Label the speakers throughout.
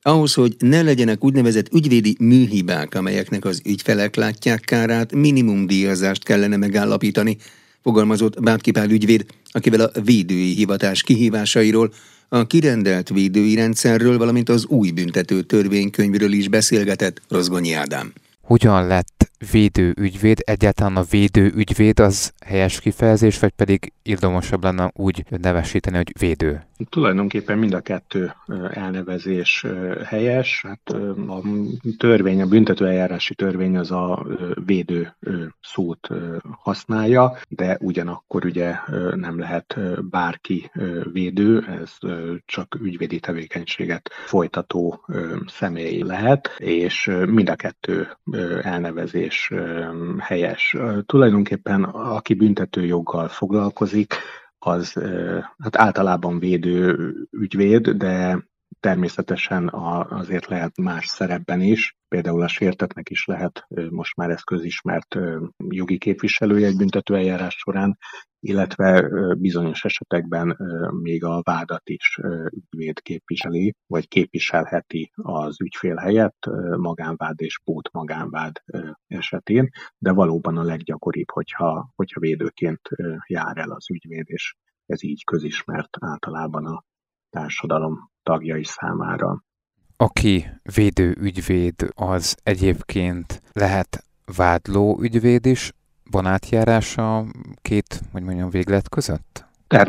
Speaker 1: Ahhoz, hogy ne legyenek úgynevezett ügyvédi műhibák, amelyeknek az ügyfelek látják kárát, minimumdíjazást kellene megállapítani, fogalmazott Bátki Pál ügyvéd, akivel a védői hivatás kihívásairól, a kirendelt védői rendszerről, valamint az új büntető törvénykönyvről is beszélgetett Rozgonyi Ádám.
Speaker 2: Hogyan lett védőügyvéd? Egyáltalán a védőügyvéd az helyes kifejezés, vagy pedig érdemosabb lenne úgy nevesíteni, hogy védő?
Speaker 3: Tulajdonképpen mind a kettő elnevezés helyes. Hát a törvény, a büntetőeljárási törvény az a védő szót használja, de ugyanakkor ugye nem lehet bárki védő, ez csak ügyvédi tevékenységet folytató személy lehet, és mind a kettő elnevezés helyes. Tulajdonképpen aki büntetőjoggal foglalkozik, az hát általában védő ügyvéd, de természetesen azért lehet más szerepben is. Például a sértettnek is lehet most már ez közismert jogi képviselője egy büntetőeljárás során, illetve bizonyos esetekben még a vádat is ügyvéd képviseli, vagy képviselheti az ügyfél helyett magánvád és pótmagánvád esetén, de valóban a leggyakoribb, hogyha védőként jár el az ügyvéd, és ez így közismert általában a társadalom tagjai számára.
Speaker 2: Aki védőügyvéd, az egyébként lehet vádló ügyvéd is? Van átjárás a két, hogy mondjam, véglet között?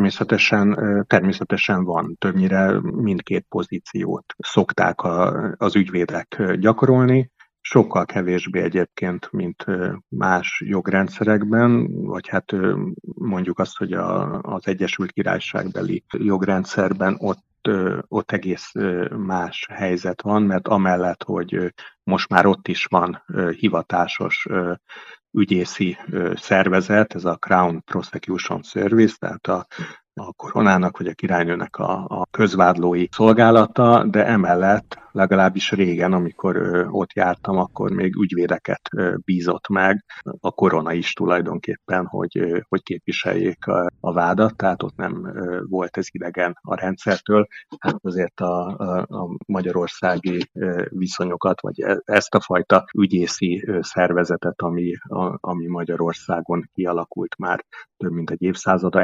Speaker 3: Természetesen van. Többnyire mindkét pozíciót szokták az ügyvédek gyakorolni, sokkal kevésbé egyébként, mint más jogrendszerekben, vagy hát mondjuk azt, hogy az Egyesült Királyságbeli jogrendszerben ott egész más helyzet van, mert amellett, hogy most már ott is van hivatásos ügyészi szervezet, ez a Crown Prosecution Service, tehát a koronának vagy a királynőnek a közvádlói szolgálata, de emellett legalábbis régen, amikor ott jártam, akkor még ügyvédeket bízott meg a korona is tulajdonképpen, hogy képviseljék a vádat, tehát ott nem volt ez idegen a rendszertől. Hát azért a magyarországi viszonyokat, vagy ezt a fajta ügyészi szervezetet, ami Magyarországon kialakult már több mint egy évszázada,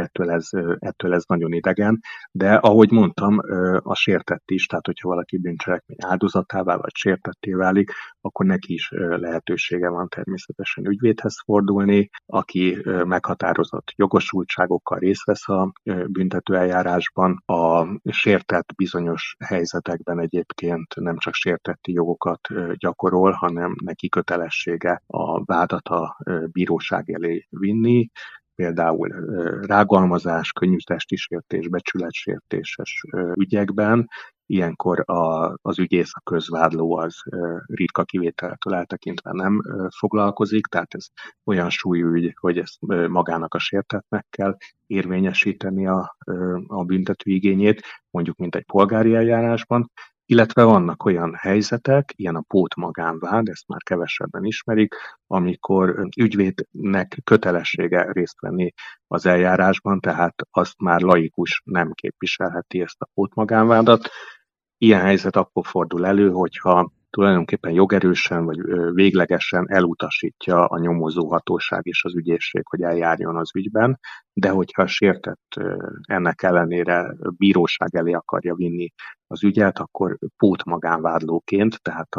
Speaker 3: ettől ez nagyon idegen, de ahogy mondtam, a sértett is, tehát hogyha valaki bűncselekmény áldozatává vagy sértetté válik, akkor neki is lehetősége van természetesen ügyvédhez fordulni, aki meghatározott jogosultságokkal részt vesz a büntetőeljárásban. A sértett bizonyos helyzetekben egyébként nem csak sértetti jogokat gyakorol, hanem neki kötelessége a vádat a bíróság elé vinni, például rágalmazás, könnyű testi sértés, becsületsértéses ügyekben. Ilyenkor az ügyész, a közvádló az ritka kivételtől eltekintve nem foglalkozik, tehát ez olyan súlyú ügy, hogy ezt magának a sértettnek kell érvényesíteni a büntető igényét, mondjuk mint egy polgári eljárásban, illetve vannak olyan helyzetek, ilyen a pótmagánvád, ezt már kevesebben ismerik, amikor ügyvédnek kötelessége részt venni az eljárásban, tehát azt már laikus nem képviselheti ezt a pótmagánvádat. Ilyen helyzet akkor fordul elő, hogyha tulajdonképpen jogerősen vagy véglegesen elutasítja a nyomozóhatóság és az ügyészség, hogy eljárjon az ügyben, de hogyha a sértett ennek ellenére bíróság elé akarja vinni az ügyet, akkor pótmagánvádlóként, tehát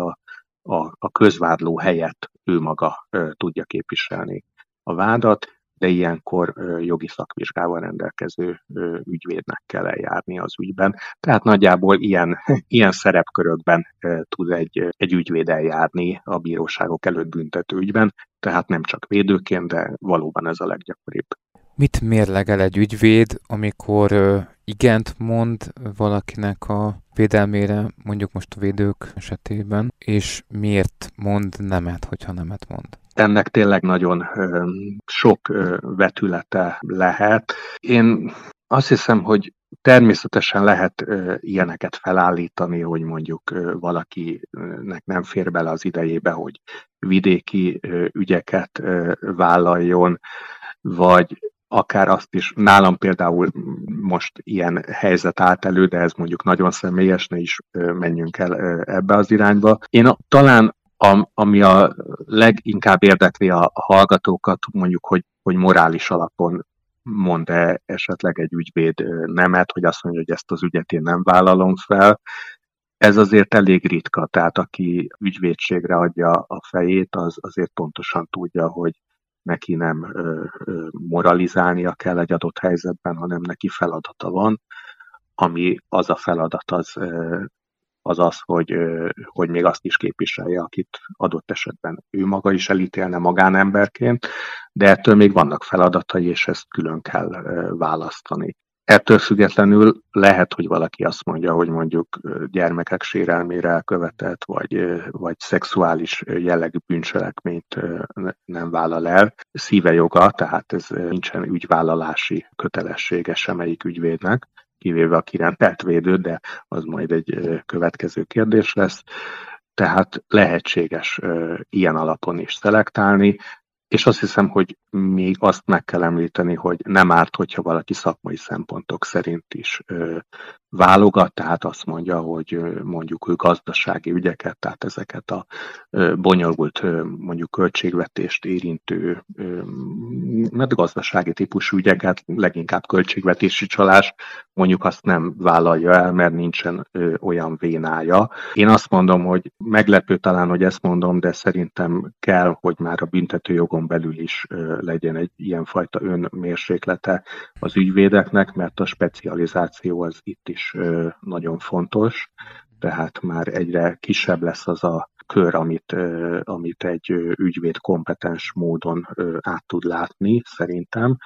Speaker 3: a közvádló helyett ő maga tudja képviselni a vádat, de ilyenkor jogi szakvizsgával rendelkező ügyvédnek kell eljárni az ügyben. Tehát nagyjából ilyen szerepkörökben tud egy ügyvéd eljárni a bíróságok előtt büntető ügyben, tehát nem csak védőként, de valóban ez a leggyakoribb.
Speaker 2: Mit mérlegel egy ügyvéd, amikor igent mond valakinek a védelmére, mondjuk most a védők esetében, és miért mond nemet, hogyha nemet mond?
Speaker 3: Ennek tényleg nagyon sok vetülete lehet. Én azt hiszem, hogy természetesen lehet ilyeneket felállítani, hogy mondjuk valakinek nem fér bele az idejébe, hogy vidéki ügyeket vállaljon, vagy akár azt is, nálam például most ilyen helyzet állt elő, de ez mondjuk nagyon személyes, ne is menjünk el ebbe az irányba. Én talán ami a leginkább érdekli a hallgatókat, mondjuk, hogy morális alapon mond-e esetleg egy ügyvéd nemet, hogy azt mondja, hogy ezt az ügyet én nem vállalom fel. Ez azért elég ritka, tehát aki ügyvédségre adja a fejét, az azért pontosan tudja, hogy neki nem moralizálnia kell egy adott helyzetben, hanem neki feladata van, ami az a feladat az, hogy még azt is képviselje, akit adott esetben ő maga is elítélne magánemberként, de ettől még vannak feladatai, és ezt külön kell választani. Ettől függetlenül lehet, hogy valaki azt mondja, hogy mondjuk gyermekek sérelmére elkövetett, vagy szexuális jellegű bűncselekményt nem vállal el. Szíve joga, tehát ez nincsen ügyvállalási kötelessége semmelyik ügyvédnek, kivéve a kirendelt védőt, de az majd egy következő kérdés lesz. Tehát lehetséges ilyen alapon is szelektálni, és azt hiszem, hogy még azt meg kell említeni, hogy nem árt, hogyha valaki szakmai szempontok szerint is válogat, tehát azt mondja, hogy mondjuk ő gazdasági ügyeket, tehát ezeket a bonyolult mondjuk költségvetést érintő, mert gazdasági típusú ügyeket, leginkább költségvetési csalás, mondjuk azt nem vállalja el, mert nincsen olyan vénája. Én azt mondom, hogy meglepő talán, hogy ezt mondom, de szerintem kell, hogy már a büntetőjogon belül is legyen egy ilyenfajta önmérséklete az ügyvédeknek, mert a specializáció az itt is nagyon fontos, tehát már egyre kisebb lesz az a kör, amit egy ügyvéd kompetens módon át tud látni, szerintem,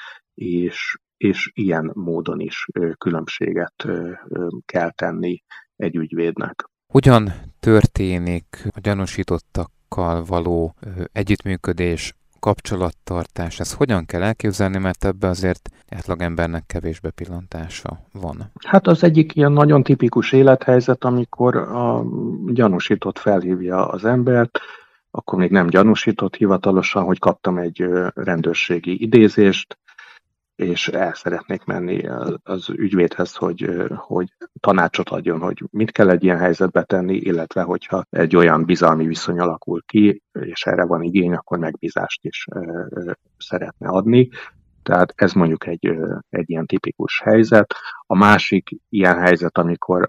Speaker 3: és ilyen módon is különbséget kell tenni egy ügyvédnek.
Speaker 2: Hogyan történik a gyanúsítottakkal való együttműködés, kapcsolattartás? Ezt hogyan kell elképzelni, mert ebbe azért átlagembernek kevés bepillantása van?
Speaker 3: Hát az egyik ilyen nagyon tipikus élethelyzet, amikor a gyanúsított felhívja az embert, akkor még nem gyanúsított hivatalosan, hogy kaptam egy rendőrségi idézést, és el szeretnék menni az ügyvédhez, hogy tanácsot adjon, hogy mit kell egy ilyen helyzetbe tenni, illetve hogyha egy olyan bizalmi viszony alakul ki, és erre van igény, akkor megbízást is szeretne adni. Tehát ez mondjuk egy ilyen tipikus helyzet. A másik ilyen helyzet, amikor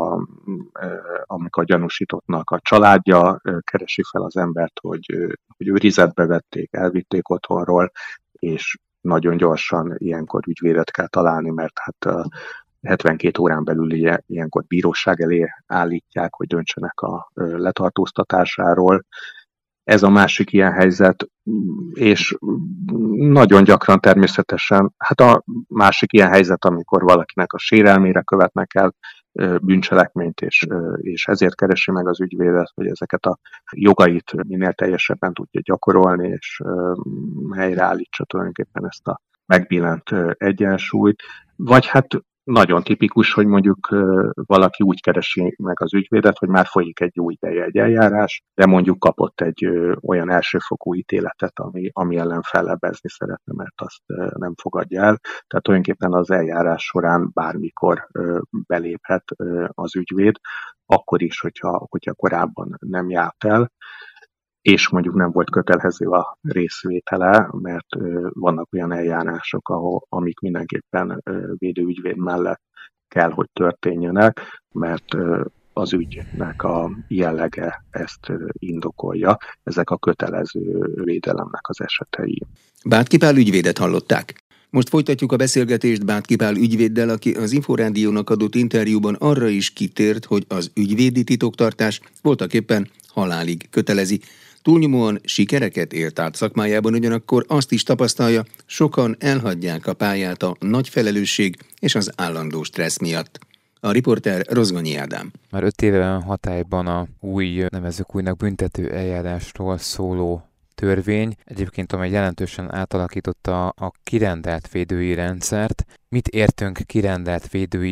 Speaker 3: a gyanúsítottnak a családja keresi fel az embert, hogy őrizetbe vették, elvitték otthonról, és nagyon gyorsan ilyenkor ügyvédet kell találni, mert hát 72 órán belül ilyenkor bíróság elé állítják, hogy döntsenek a letartóztatásáról. Ez a másik ilyen helyzet, és nagyon gyakran természetesen, hát a másik ilyen helyzet, amikor valakinek a sérelmére követnek el bűncselekményt, és ezért keresi meg az ügyvédet, hogy ezeket a jogait minél teljesebben tudja gyakorolni, és helyreállítsa tulajdonképpen ezt a megbillent egyensúlyt. Vagy hát nagyon tipikus, hogy mondjuk valaki úgy keresi meg az ügyvédet, hogy már folyik egy jó ideje egy eljárás, de mondjuk kapott egy olyan elsőfokú ítéletet, ami ellen fellebbezni szeretne, mert azt nem fogadja el. Tehát tulajdonképpen az eljárás során bármikor beléphet az ügyvéd, akkor is, hogyha korábban nem járt el, és mondjuk nem volt kötelező a részvétele, mert vannak olyan eljárások, amik mindenképpen védőügyvéd mellett kell, hogy történjenek, mert az ügynek a jellege ezt indokolja. Ezek a kötelező védelemnek az esetei.
Speaker 1: Bátki Pál ügyvédet hallották. Most folytatjuk a beszélgetést Bátki Pál ügyvéddel, aki az Inforádiónak adott interjúban arra is kitért, hogy az ügyvédi titoktartás voltaképpen halálig kötelezi. Túlnyomóan sikereket élt át szakmájában, ugyanakkor azt is tapasztalja, sokan elhagyják a pályát a nagy felelősség és az állandó stressz miatt. A riporter Rozgonyi Ádám.
Speaker 2: Már 5 éve van hatályban a nevezzük újnak büntető eljárásról szóló törvény, egyébként amely jelentősen átalakította a kirendelt védői rendszert. Mit értünk kirendelt védői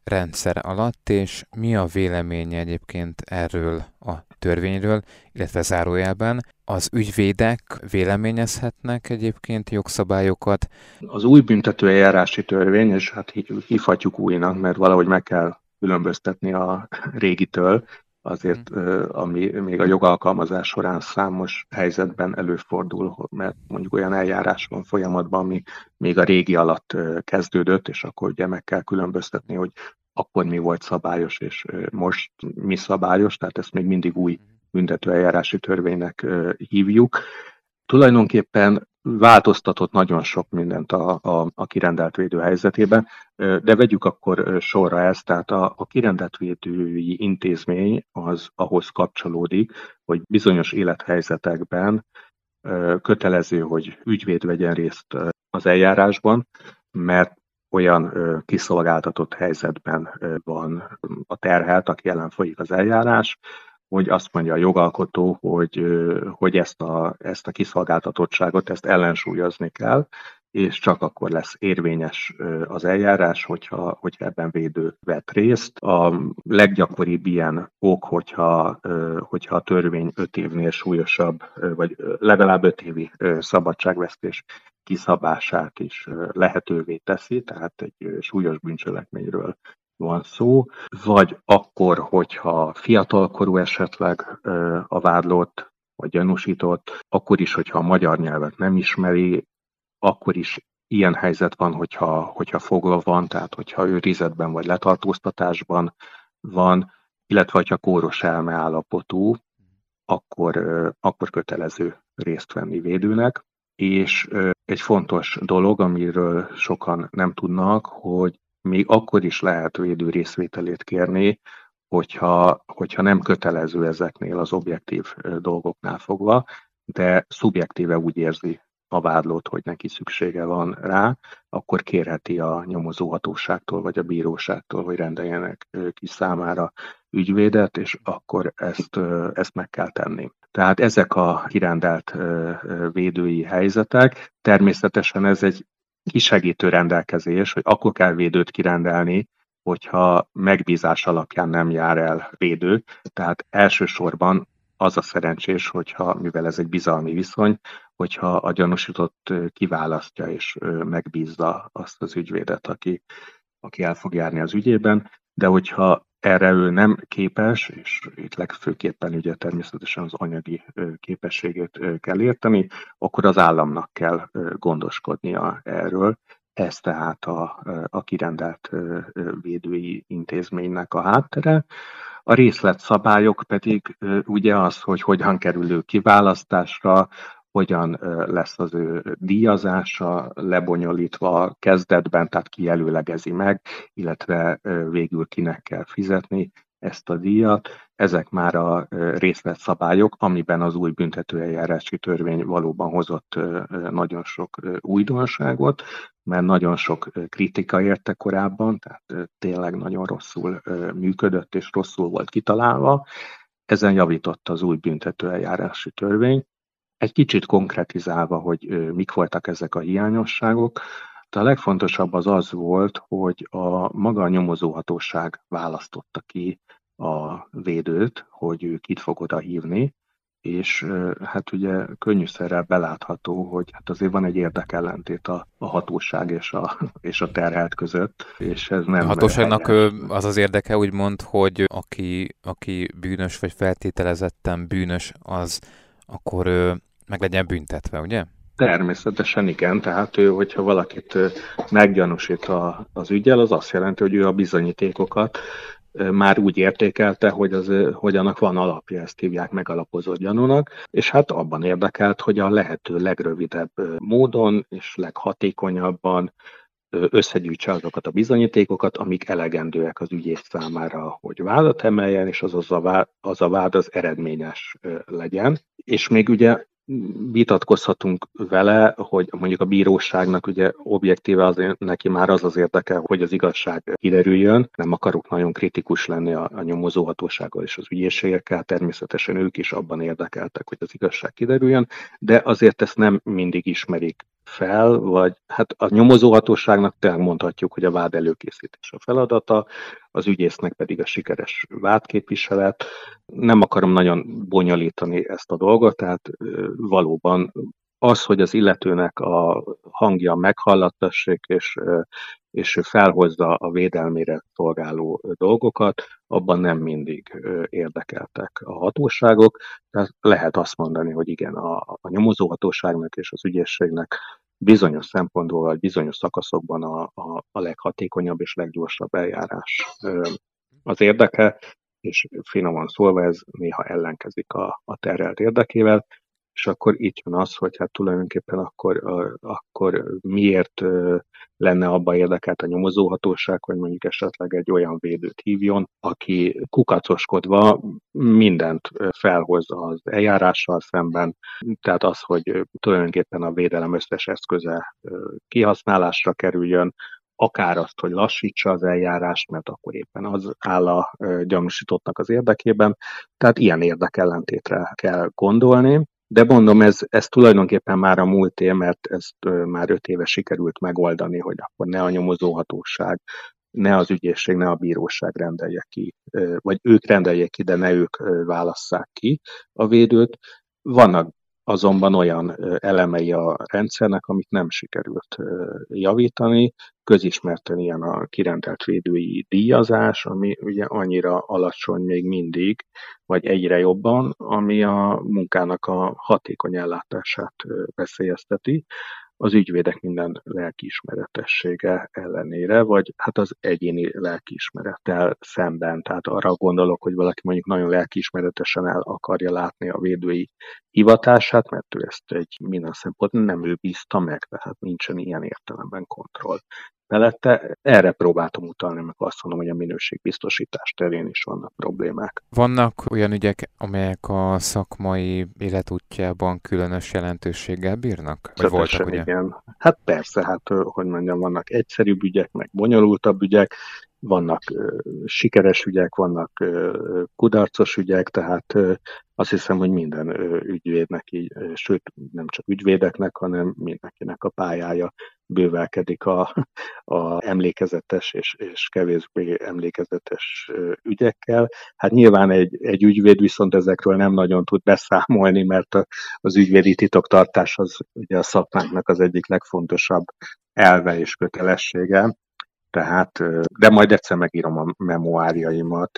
Speaker 2: rendszer alatt, és mi a véleménye egyébként erről a törvényről, illetve zárójelben az ügyvédek véleményezhetnek egyébként jogszabályokat?
Speaker 3: Az új büntetőeljárási törvény, és hát hívhatjuk újnak, mert valahogy meg kell különböztetni a régitől, azért, ami még a jogalkalmazás során számos helyzetben előfordul, mert mondjuk olyan eljárás van folyamatban, ami még a régi alatt kezdődött, és akkor ugye meg kell különböztetni, hogy akkor mi volt szabályos, és most mi szabályos, tehát ezt még mindig új büntetőeljárási törvénynek hívjuk. Tulajdonképpen változtatott nagyon sok mindent a kirendelt védő helyzetében, de vegyük akkor sorra ezt, tehát a kirendelt védői intézmény az ahhoz kapcsolódik, hogy bizonyos élethelyzetekben kötelező, hogy ügyvéd vegyen részt az eljárásban, mert olyan kiszolgáltatott helyzetben van a terhelt, aki ellen folyik az eljárás, hogy azt mondja a jogalkotó, hogy ezt a kiszolgáltatottságot, ezt ellensúlyozni kell, és csak akkor lesz érvényes az eljárás, hogyha ebben védő vett részt. A leggyakoribb ilyen ok, hogyha a törvény 5 évnél súlyosabb, vagy legalább 5 évi szabadságvesztés kiszabását is lehetővé teszi, tehát egy súlyos bűncselekményről van szó, vagy akkor, hogyha fiatalkorú esetleg a vádlott vagy gyanúsított, akkor is, hogyha a magyar nyelvet nem ismeri, akkor is ilyen helyzet van, hogyha fogva van, tehát hogyha őrizetben vagy letartóztatásban van, illetve hogyha kóros elme állapotú, akkor kötelező részt venni védőnek. És egy fontos dolog, amiről sokan nem tudnak, hogy még akkor is lehet védő részvételét kérni, hogyha nem kötelező ezeknél az objektív dolgoknál fogva, de szubjektíve úgy érzi a vádlott, hogy neki szüksége van rá, akkor kérheti a nyomozóhatóságtól vagy a bíróságtól, hogy rendeljenek ki számára ügyvédet, és akkor ezt meg kell tenni. Tehát ezek a kirendelt védői helyzetek, természetesen ez egy kisegítő rendelkezés, hogy akkor kell védőt kirendelni, hogyha megbízás alapján nem jár el védő. Tehát elsősorban az a szerencsés, mivel ez egy bizalmi viszony, hogyha a gyanúsított kiválasztja és megbízza azt az ügyvédet, aki el fog járni az ügyében, de hogyha erre ő nem képes, és itt legfőképpen ugye természetesen az anyagi képességét kell érteni, akkor az államnak kell gondoskodnia erről. Ez tehát a kirendelt védői intézménynek a háttere. A részletszabályok pedig ugye az, hogy hogyan kerül ő kiválasztásra, hogyan lesz az ő díjazása lebonyolítva kezdetben, tehát ki előlegezi meg, illetve végül kinek kell fizetni ezt a díjat. Ezek már a részletszabályok, amiben az új büntetőeljárási törvény valóban hozott nagyon sok újdonságot, mert nagyon sok kritika érte korábban, tehát tényleg nagyon rosszul működött és rosszul volt kitalálva. Ezen javított az új büntetőeljárási törvény. Egy kicsit konkretizálva, hogy mik voltak ezek a hiányosságok, de a legfontosabb az volt, hogy maga a nyomozóhatóság választotta ki a védőt, hogy ő kit fog oda hívni, és hát ugye könnyűszerrel belátható, hogy hát azért van egy érdekellentét a hatóság és a terhelt között, és ez nem...
Speaker 2: A hatóságnak az az érdeke úgymond, hogy aki bűnös vagy feltételezetten bűnös, az akkor meg legyen büntetve, ugye?
Speaker 3: Természetesen igen, tehát ő, hogyha valakit meggyanúsít az üggyel, az azt jelenti, hogy ő a bizonyítékokat már úgy értékelte, hogy annak van alapja, ezt hívják megalapozott gyanúnak, és hát abban érdekelt, hogy a lehető legrövidebb módon és leghatékonyabban összegyűjtse azokat a bizonyítékokat, amik elegendőek az ügyész számára, hogy vádat emeljen, és az a vád az eredményes legyen. És még ugye vitatkozhatunk vele, hogy mondjuk a bíróságnak ugye objektíve azért neki már az érdeke, hogy az igazság kiderüljön. Nem akarok nagyon kritikus lenni a nyomozóhatósággal és az ügyészségekkel, természetesen ők is abban érdekeltek, hogy az igazság kiderüljön, de azért ezt nem mindig ismerik fel, vagy hát a nyomozóhatóságnak tényleg mondhatjuk, hogy a vád előkészítés a feladata, az ügyésznek pedig a sikeres vádképviselet. Nem akarom nagyon bonyolítani ezt a dolgot, tehát valóban az, hogy az illetőnek a hangja meghallattassék, és ő felhozza a védelmére szolgáló dolgokat, abban nem mindig érdekeltek a hatóságok. Tehát lehet azt mondani, hogy igen, a nyomozóhatóságnak és az ügyészségnek bizonyos szempontból, vagy bizonyos szakaszokban a leghatékonyabb és leggyorsabb eljárás az érdeke, és finoman szólva ez néha ellenkezik a terhelt érdekével, és akkor itt jön az, hogy hát tulajdonképpen akkor miért lenne abba érdekelt a nyomozóhatóság, hogy mondjuk esetleg egy olyan védőt hívjon, aki kukacoskodva mindent felhoz az eljárással szemben, tehát az, hogy tulajdonképpen a védelem összes eszköze kihasználásra kerüljön, akár azt, hogy lassítsa az eljárást, mert akkor éppen az áll a gyanúsítottnak az érdekében. Tehát ilyen érdekellentétre kell gondolni. De mondom, ez tulajdonképpen már a múlté, mert ezt már 5 éve sikerült megoldani, hogy akkor ne a nyomozóhatóság, ne az ügyészség, ne a bíróság rendelje ki, vagy ők rendeljék ki, de ne ők válasszák ki a védőt. Vannak azonban olyan elemei a rendszernek, amit nem sikerült javítani. Közismerten ilyen a kirendelt védői díjazás, ami ugye annyira alacsony még mindig, vagy egyre jobban, ami a munkának a hatékony ellátását veszélyezteti az ügyvédek minden lelkiismeretessége ellenére, vagy hát az egyéni lelkiismerettel szemben. Tehát arra gondolok, hogy valaki mondjuk nagyon lelkiismeretesen el akarja látni a védői hivatását, mert ő ezt egy minden szempontból nem ő bízta meg, tehát nincsen ilyen értelemben kontroll felette. Erre próbáltam utalni, meg azt mondom, hogy a minőségbiztosítás terén is vannak problémák.
Speaker 2: Vannak olyan ügyek, amelyek a szakmai életútjában különös jelentőséggel bírnak? Vagy voltak, ugye?
Speaker 3: Igen. Hát persze, hát hogy mondjam, vannak egyszerűbb ügyek, meg bonyolultabb ügyek, vannak sikeres ügyek, vannak kudarcos ügyek, tehát azt hiszem, hogy minden ügyvédnek így, sőt nem csak ügyvédeknek, hanem mindenkinek a pályája bővelkedik a emlékezetes és kevésbé emlékezetes ügyekkel. Hát nyilván egy ügyvéd viszont ezekről nem nagyon tud beszámolni, mert az ügyvédi titoktartás az ugye a szakmánknak az egyik legfontosabb elve és kötelessége. Tehát, de majd egyszer megírom a memoárjaimat,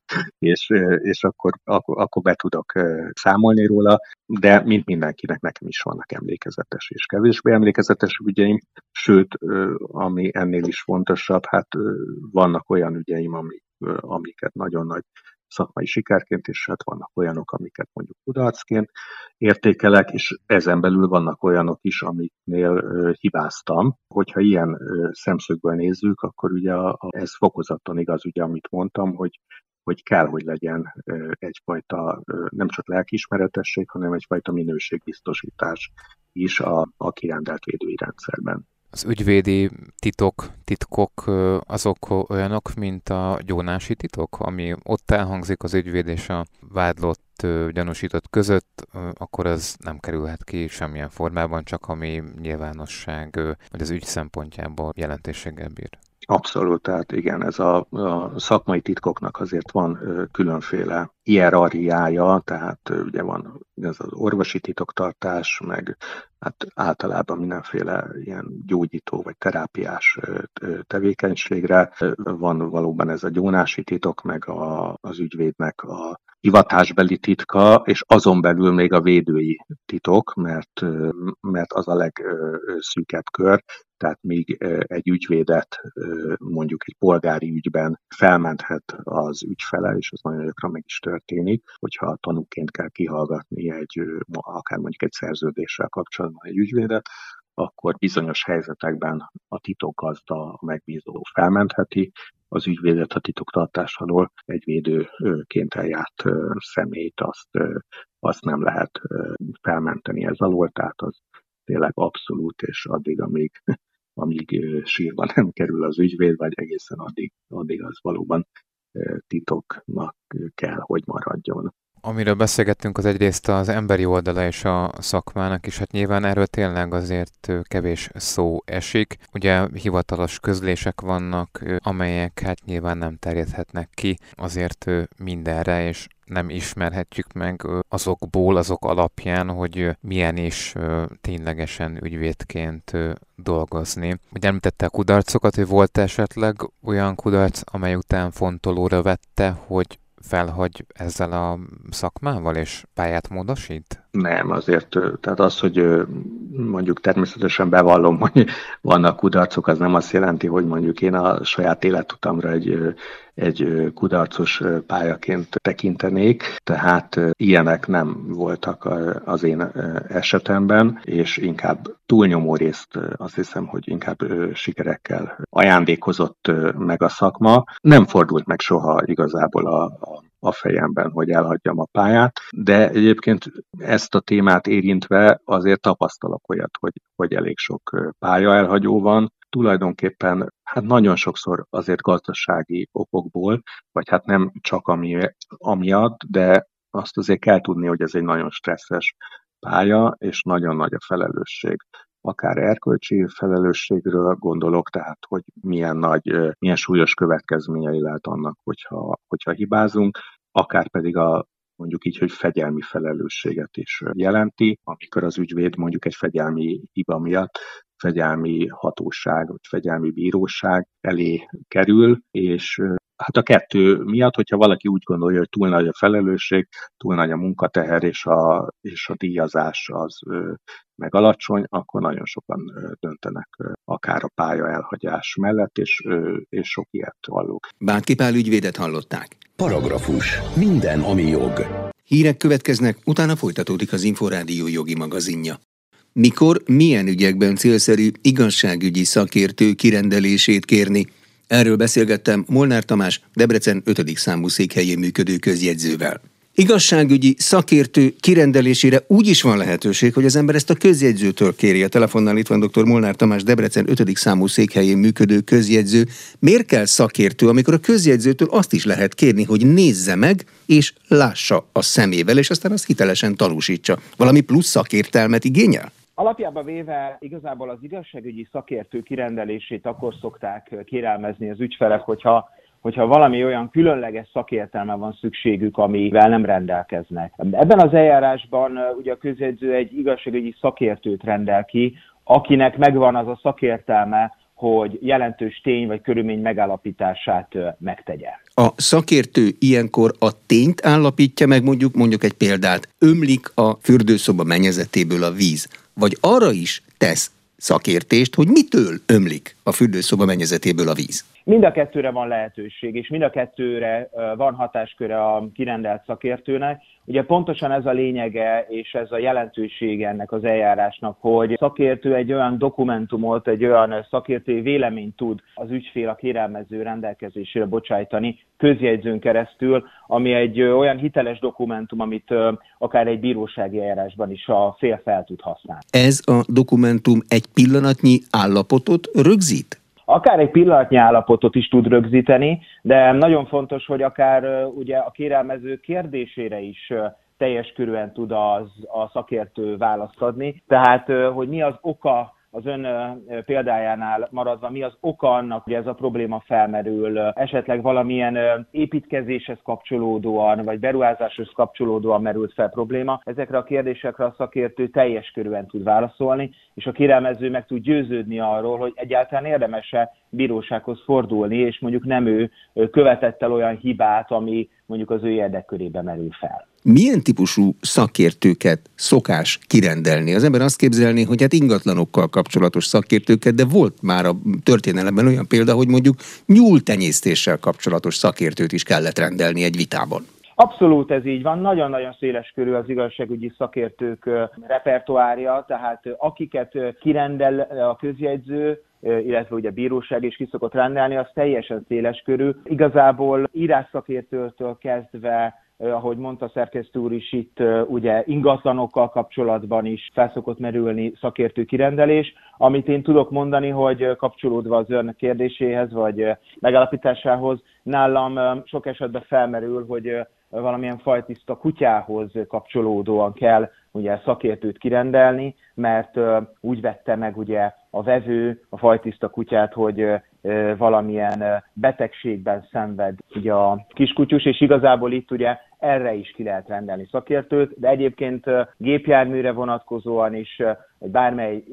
Speaker 3: és akkor be tudok számolni róla, de mint mindenkinek, nekem is vannak emlékezetes és kevésbé emlékezetes ügyeim, sőt, ami ennél is fontosabb, hát vannak olyan ügyeim, amiket nagyon nagy szakmai sikerként, és hát vannak olyanok, amiket mondjuk kudarcként értékelek, és ezen belül vannak olyanok is, amiknél hibáztam. Hogyha ilyen szemszögből nézzük, akkor ugye ez fokozottan igaz, ugye, amit mondtam, hogy kell, hogy legyen egyfajta nem csak lelkiismeretesség, hanem egyfajta minőségbiztosítás is a kirendelt védői rendszerben.
Speaker 2: Az ügyvédi titkok azok olyanok, mint a gyónási titok, ami ott elhangzik az ügyvéd és a vádlott gyanúsított között, akkor az nem kerülhet ki semmilyen formában, csak ami nyilvánosság vagy az ügy szempontjából jelentőséggel bír.
Speaker 3: Abszolút, tehát igen, ez a szakmai titkoknak azért van különféle hierarchiája, tehát ugye van ez az orvosi titoktartás, meg hát általában mindenféle ilyen gyógyító vagy terápiás tevékenységre van valóban ez a gyónási titok, meg az ügyvédnek a hivatásbeli titka, és azon belül még a védői titok, mert az a legszűkebb kör, tehát míg egy ügyvédet mondjuk egy polgári ügyben felmenthet az ügyfele, és az nagyon gyakran meg is történik, hogyha tanúként kell kihallgatni akár mondjuk egy szerződéssel kapcsolatban egy ügyvédet, akkor bizonyos helyzetekben a titokgazda, a megbízó felmentheti az ügyvédet a titoktartás alól, egy védőként eljárt személyt azt nem lehet felmenteni ez alól, tehát az tényleg abszolút, és addig, amíg sírva nem kerül az ügyvéd, vagy egészen addig az valóban titoknak kell, hogy maradjon.
Speaker 2: Amiről beszélgettünk, az egyrészt az emberi oldala és a szakmának is, hát nyilván erről tényleg azért kevés szó esik. Ugye hivatalos közlések vannak, amelyek hát nyilván nem terjedhetnek ki azért mindenre, és nem ismerhetjük meg azok alapján, hogy milyen is ténylegesen ügyvédként dolgozni. Ugye említette a kudarcokat, hogy volt esetleg olyan kudarc, amely után fontolóra vette, hogy felhagy ezzel a szakmával, és pályát módosít?
Speaker 3: Nem, azért, tehát az, hogy mondjuk természetesen bevallom, hogy vannak kudarcok, az nem azt jelenti, hogy mondjuk én a saját életutamra egy kudarcos pályaként tekintenék, tehát ilyenek nem voltak az én esetemben, és inkább túlnyomó részt azt hiszem, hogy inkább sikerekkel ajándékozott meg a szakma. Nem fordult meg soha igazából a fejemben, hogy elhagyjam a pályát, de egyébként ezt a témát érintve azért tapasztalok olyat, hogy elég sok pálya elhagyó van. Tulajdonképpen hát nagyon sokszor azért gazdasági okokból, vagy hát nem csak amiatt, de azt azért kell tudni, hogy ez egy nagyon stresszes pálya, és nagyon nagy a felelősség. Akár erkölcsi felelősségről gondolok, tehát hogy milyen súlyos következményei lehet annak, hogyha hibázunk, akár pedig mondjuk így, hogy fegyelmi felelősséget is jelenti, amikor az ügyvéd mondjuk egy fegyelmi hiba miatt fegyelmi hatóság, vagy fegyelmi bíróság elé kerül, és hát a kettő miatt, hogyha valaki úgy gondolja, hogy túl nagy a felelősség, túl nagy a munkateher, és a díjazás az meg alacsony, akkor nagyon sokan döntenek akár a pálya elhagyás mellett, és sok ilyet hallok.
Speaker 1: Bátki Pál ügyvédet hallották.
Speaker 4: Paragrafus. Minden, ami jog.
Speaker 1: Hírek következnek, utána folytatódik az Inforádió jogi magazinja. Mikor, milyen ügyekben célszerű igazságügyi szakértő kirendelését kérni? Erről beszélgettem Molnár Tamás, Debrecen 5. számú székhelyén működő közjegyzővel. Igazságügyi szakértő kirendelésére úgy is van lehetőség, hogy az ember ezt a közjegyzőtől kéri. A telefonnál itt van dr. Molnár Tamás, Debrecen 5. számú székhelyén működő közjegyző. Miért kell szakértő, amikor a közjegyzőtől azt is lehet kérni, hogy nézze meg és lássa a szemével, és aztán azt hitelesen tanúsítsa? Valami plusz szakértelmet igényel?
Speaker 5: Alapjában véve igazából az igazságügyi szakértő kirendelését akkor szokták kérelmezni az ügyfelek, hogyha valami olyan különleges szakértelme van szükségük, amivel nem rendelkeznek. Ebben az eljárásban ugye a közjegyző egy igazságügyi szakértőt rendel ki, akinek megvan az a szakértelme, hogy jelentős tény vagy körülmény megállapítását megtegye.
Speaker 1: A szakértő ilyenkor a tényt állapítja meg, mondjuk egy példát, ömlik a fürdőszoba mennyezetéből a víz, vagy arra is tesz szakértést, hogy mitől ömlik a fürdőszoba mennyezetéből a víz.
Speaker 5: Mind a kettőre van lehetőség, és mind a kettőre van hatásköre a kirendelt szakértőnek. Ugye pontosan ez a lényege, és ez a jelentősége ennek az eljárásnak, hogy a szakértő egy olyan dokumentumot, egy olyan szakértői véleményt tud az ügyfél, a kérelmező rendelkezésére bocsájtani közjegyzőn keresztül, ami egy olyan hiteles dokumentum, amit akár egy bírósági eljárásban is a fél fel tud használni.
Speaker 1: Ez a dokumentum egy pillanatnyi állapotot rögzít?
Speaker 5: Akár egy pillanatnyi állapotot is tud rögzíteni, de nagyon fontos, hogy akár ugye a kérelmező kérdésére is teljes körűen tud a szakértő választ adni. Tehát, hogy mi az oka, az ön példájánál maradva, mi az oka annak, hogy ez a probléma felmerül, esetleg valamilyen építkezéshez kapcsolódóan, vagy beruházáshoz kapcsolódóan merült fel probléma. Ezekre a kérdésekre a szakértő teljes körűen tud válaszolni, és a kérelmező meg tud győződni arról, hogy egyáltalán érdemes-e bírósághoz fordulni, és mondjuk nem ő követett el olyan hibát, ami mondjuk az ő érdekkörébe merül fel.
Speaker 1: Milyen típusú szakértőket szokás kirendelni? Az ember azt képzelni, hogy hát ingatlanokkal kapcsolatos szakértőket, de volt már a történelemben olyan példa, hogy mondjuk nyúltenyésztéssel kapcsolatos szakértőt is kellett rendelni egy vitában.
Speaker 5: Abszolút ez így van, nagyon-nagyon széles körű az igazságügyi szakértők repertoárja, tehát akiket kirendel a közjegyző, illetve ugye a bíróság is ki szokott rendelni, az teljesen széles körű. Igazából írásszakértőtől kezdve ahogy mondta szerkesztő úr is, itt ugye ingatlanokkal kapcsolatban is felszokott merülni szakértő kirendelés. Amit én tudok mondani, hogy kapcsolódva az ön kérdéséhez vagy megállapításához, nálam sok esetben felmerül, hogy valamilyen fajtiszta kutyához kapcsolódóan kell ugye szakértőt kirendelni, mert úgy vette meg ugye a vevő a fajtiszta kutyát, hogy valamilyen betegségben szenved ugye a kiskutyus, és igazából itt ugye erre is ki lehet rendelni szakértőt, de egyébként gépjárműre vonatkozóan is, bármely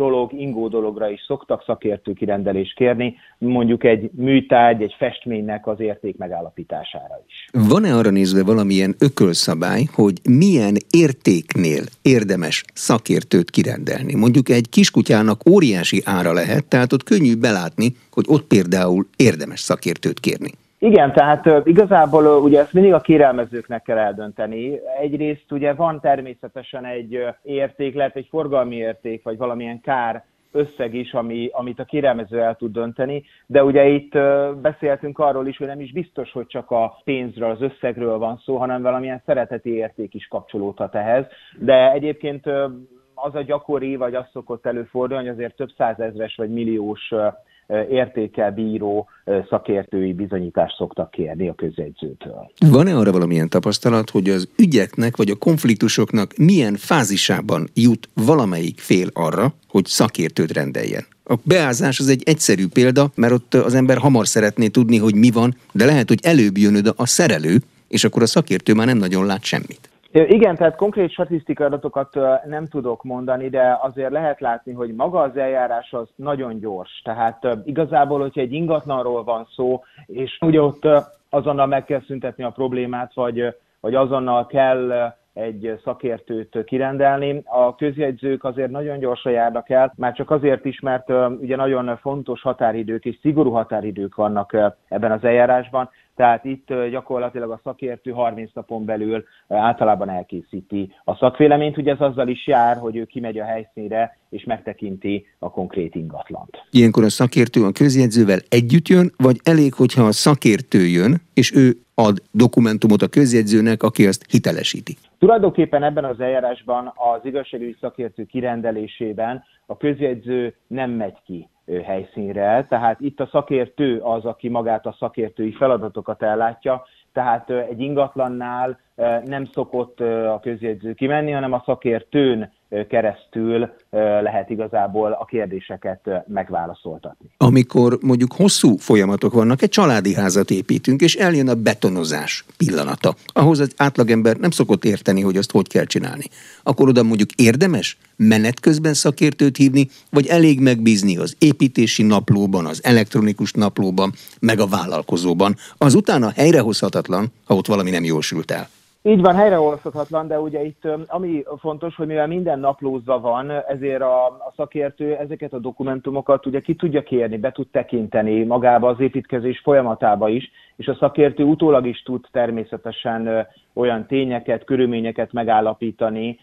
Speaker 5: ingó dologra is szoktak szakértő kirendelést kérni, mondjuk egy műtárgy, egy festménynek az érték megállapítására is.
Speaker 1: Van-e arra nézve valamilyen ökölszabály, hogy milyen értéknél érdemes szakértőt kirendelni? Mondjuk egy kiskutyának óriási ára lehet, tehát ott könnyű belátni, hogy ott például érdemes szakértőt kérni.
Speaker 5: Igen, tehát igazából ugye ezt mindig a kérelmezőknek kell eldönteni. Egyrészt ugye van természetesen egy érték, lehet egy forgalmi érték, vagy valamilyen kár összeg is, amit a kérelmező el tud dönteni, de ugye itt beszéltünk arról is, hogy nem is biztos, hogy csak a pénzről, az összegről van szó, hanem valamilyen szereteti érték is kapcsolódhat ehhez. De egyébként az a gyakori, vagy az szokott előfordulni, hogy azért több százezres vagy milliós értékkel bíró szakértői bizonyítást szoktak kérni a közjegyzőtől.
Speaker 1: Van-e arra valamilyen tapasztalat, hogy az ügyeknek vagy a konfliktusoknak milyen fázisában jut valamelyik fél arra, hogy szakértőt rendeljen? A beázás az egy egyszerű példa, mert ott az ember hamar szeretné tudni, hogy mi van, de lehet, hogy előbb jön oda a szerelő, és akkor a szakértő már nem nagyon lát semmit.
Speaker 5: Igen, tehát konkrét statisztikai adatokat nem tudok mondani, de azért lehet látni, hogy maga az eljárás az nagyon gyors. Tehát igazából, hogyha egy ingatlanról van szó, és ugye ott azonnal meg kell szüntetni a problémát, vagy azonnal kell egy szakértőt kirendelni. A közjegyzők azért nagyon gyorsan járnak el, már csak azért is, mert ugye nagyon fontos határidők és szigorú határidők vannak ebben az eljárásban, tehát itt gyakorlatilag a szakértő 30 napon belül általában elkészíti a szakvéleményt, ugye ez azzal is jár, hogy ő kimegy a helyszínre és megtekinti a konkrét ingatlant.
Speaker 1: Ilyenkor a szakértő a közjegyzővel együtt jön, vagy elég, hogyha a szakértő jön, és ő ad dokumentumot a közjegyzőnek, aki azt hitelesíti?
Speaker 5: Tulajdonképpen ebben az eljárásban az igazságügyi szakértő kirendelésében a közjegyző nem megy ki helyszínre, tehát itt a szakértő az, aki magát a szakértői feladatokat ellátja, tehát egy ingatlannál nem szokott a közjegyző kimenni, hanem a szakértőn keresztül lehet igazából a kérdéseket megválaszoltatni.
Speaker 1: Amikor mondjuk hosszú folyamatok vannak, egy családi házat építünk, és eljön a betonozás pillanata, ahhoz az átlagember nem szokott érteni, hogy azt hogy kell csinálni. Akkor oda mondjuk érdemes menet közben szakértőt hívni, vagy elég megbízni az építési naplóban, az elektronikus naplóban, meg a vállalkozóban. Az utána helyrehozhatatlan, ha ott valami nem jól sült el.
Speaker 5: Így van, helyrehozhatatlan, de ugye itt ami fontos, hogy mivel minden naplózva van, ezért a szakértő ezeket a dokumentumokat ugye ki tudja kérni, be tud tekinteni magába az építkezés folyamatába is, és a szakértő utólag is tud természetesen olyan tényeket, körülményeket megállapítani,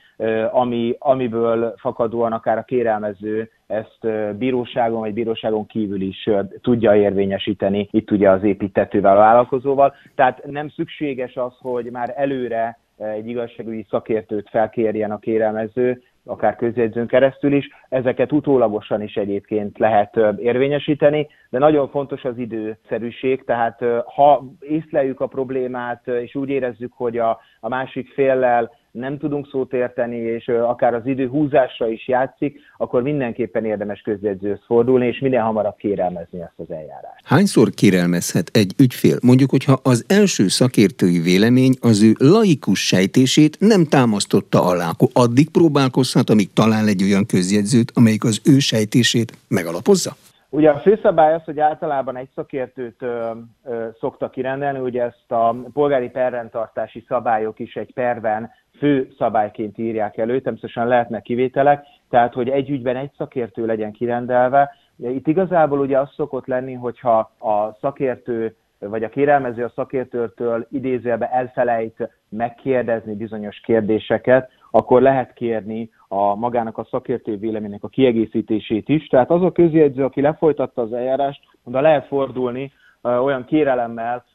Speaker 5: amiből fakadóan akár a kérelmező ezt bíróságon vagy bíróságon kívül is tudja érvényesíteni, itt ugye az építtetővel, a vállalkozóval. Tehát nem szükséges az, hogy már előre egy igazságügyi szakértőt felkérjen a kérelmező, akár közjegyzőn keresztül is, ezeket utólagosan is egyébként lehet érvényesíteni, de nagyon fontos az időszerűség, tehát ha észleljük a problémát, és úgy érezzük, hogy a másik féllel nem tudunk szót érteni, és akár az idő húzásra is játszik, akkor mindenképpen érdemes közjegyzőhöz fordulni, és minél hamarabb kérelmezni ezt az eljárást.
Speaker 1: Hányszor kérelmezhet egy ügyfél? Mondjuk, hogyha az első szakértői vélemény az ő laikus sejtését nem támasztotta alá, akkor addig próbálkozhat, amíg talál egy olyan közjegyzőt, amelyik az ő sejtését megalapozza?
Speaker 5: Ugye a főszabály az, hogy általában egy szakértőt szoktak kirendelni, ugye ezt a polgári perrendtartási szabályok is egy perben fő szabályként írják elő, természetesen lehetnek kivételek, tehát hogy egy ügyben egy szakértő legyen kirendelve. Itt igazából ugye az szokott lenni, hogyha a szakértő vagy a kérelmező a szakértőtől idézőjelben elfelejt megkérdezni bizonyos kérdéseket, akkor lehet kérni magának a szakértő véleménynek a kiegészítését is. Tehát az a közjegyző, aki lefolytatta az eljárást, oda lehet fordulni olyan kérelemmel,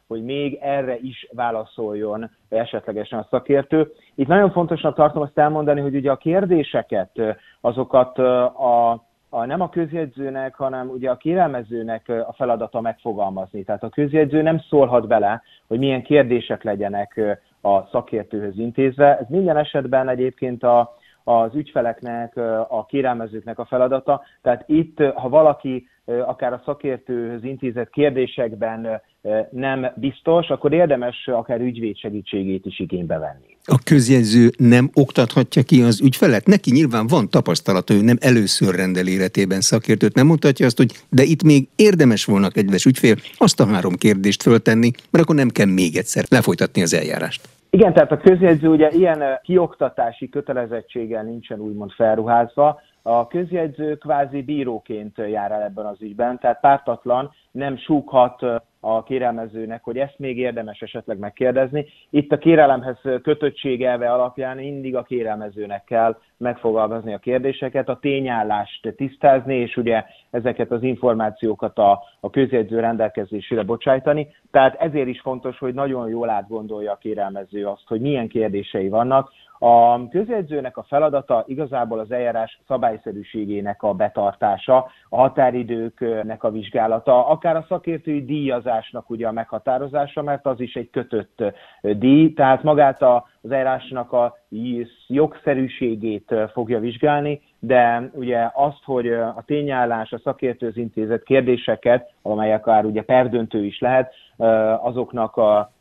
Speaker 5: hogy még erre is válaszoljon esetlegesen a szakértő. Itt nagyon fontosnak tartom azt elmondani, hogy ugye a kérdéseket, azokat nem a közjegyzőnek, hanem ugye a kérelmezőnek a feladata megfogalmazni. Tehát a közjegyző nem szólhat bele, hogy milyen kérdések legyenek a szakértőhöz intézve. Ez minden esetben egyébként az ügyfeleknek, a kérelmezőknek a feladata. Tehát itt, ha valaki akár a szakértőhöz intézett kérdésekben nem biztos, akkor érdemes akár ügyvéd segítségét is igénybe venni.
Speaker 1: A közjegyző nem oktathatja ki az ügyfelet? Neki nyilván van tapasztalata, ő nem először rendel életében szakértőt, nem mondhatja azt, hogy de itt még érdemes volna, kedves ügyfél, azt a 3 kérdést föltenni, mert akkor nem kell még egyszer lefolytatni az eljárást.
Speaker 5: Igen, tehát a közjegyző ugye ilyen kioktatási kötelezettséggel nincsen úgymond felruházva. A közjegyző kvázi bíróként jár el ebben az ügyben, tehát pártatlan, nem súghat a kérelmezőnek, hogy ezt még érdemes esetleg megkérdezni. Itt a kérelemhez kötöttség elve alapján mindig a kérelmezőnek kell megfogalmazni a kérdéseket, a tényállást tisztázni, és ugye ezeket az információkat a közjegyző rendelkezésére bocsájtani. Tehát ezért is fontos, hogy nagyon jól átgondolja a kérelmező azt, hogy milyen kérdései vannak. A közjegyzőnek a feladata igazából az eljárás szabályszerűségének a betartása, a határidőknek a vizsgálata, akár a szakértői díjazásnak ugye a meghatározása, mert az is egy kötött díj, tehát magát az eljárásnak a jogszerűségét fogja vizsgálni, de ugye azt, hogy a tényállás, a szakértőhöz intézett kérdéseket, amelyek akár ugye perdöntő is lehet, azoknak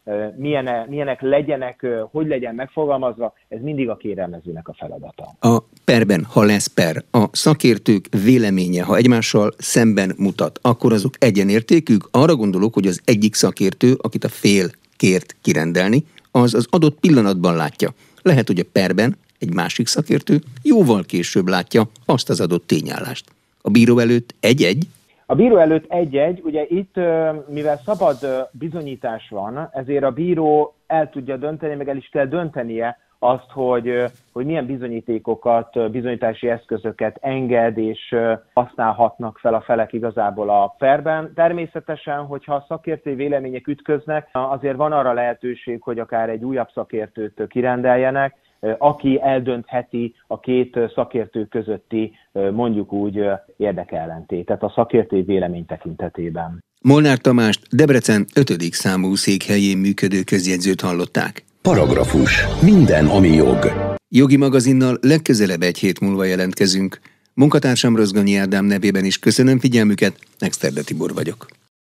Speaker 5: milyenek legyenek, hogy legyen megfogalmazva, ez mindig a kérelmezőnek a feladata.
Speaker 1: A perben, ha lesz per, a szakértők véleménye, ha egymással szemben mutat, akkor azok egyenértékűek? Arra gondolok, hogy az egyik szakértő, akit a fél kért kirendelni, az adott pillanatban látja. Lehet, hogy a perben egy másik szakértő jóval később látja azt az adott tényállást. A bíró előtt egy-egy?
Speaker 5: A bíró előtt egy-egy, ugye itt, mivel szabad bizonyítás van, ezért a bíró el tudja dönteni, meg el is kell döntenie azt, hogy milyen bizonyítékokat, bizonyítási eszközöket enged és használhatnak fel a felek igazából a perben. Természetesen, hogyha a szakértői vélemények ütköznek, azért van arra lehetőség, hogy akár egy újabb szakértőt kirendeljenek, aki eldöntheti a két szakértő közötti, mondjuk úgy, érdekellentétet a szakértői vélemény tekintetében.
Speaker 1: Molnár Tamást, Debrecen 5. számú székhelyén működő közjegyzőt hallották.
Speaker 4: Paragrafus. Minden, ami jog.
Speaker 1: Jogi magazinnal legközelebb 1 hét múlva jelentkezünk. Munkatársam Rozgonyi Ádám nevében is köszönöm figyelmüket, Exterde Tibor vagyok.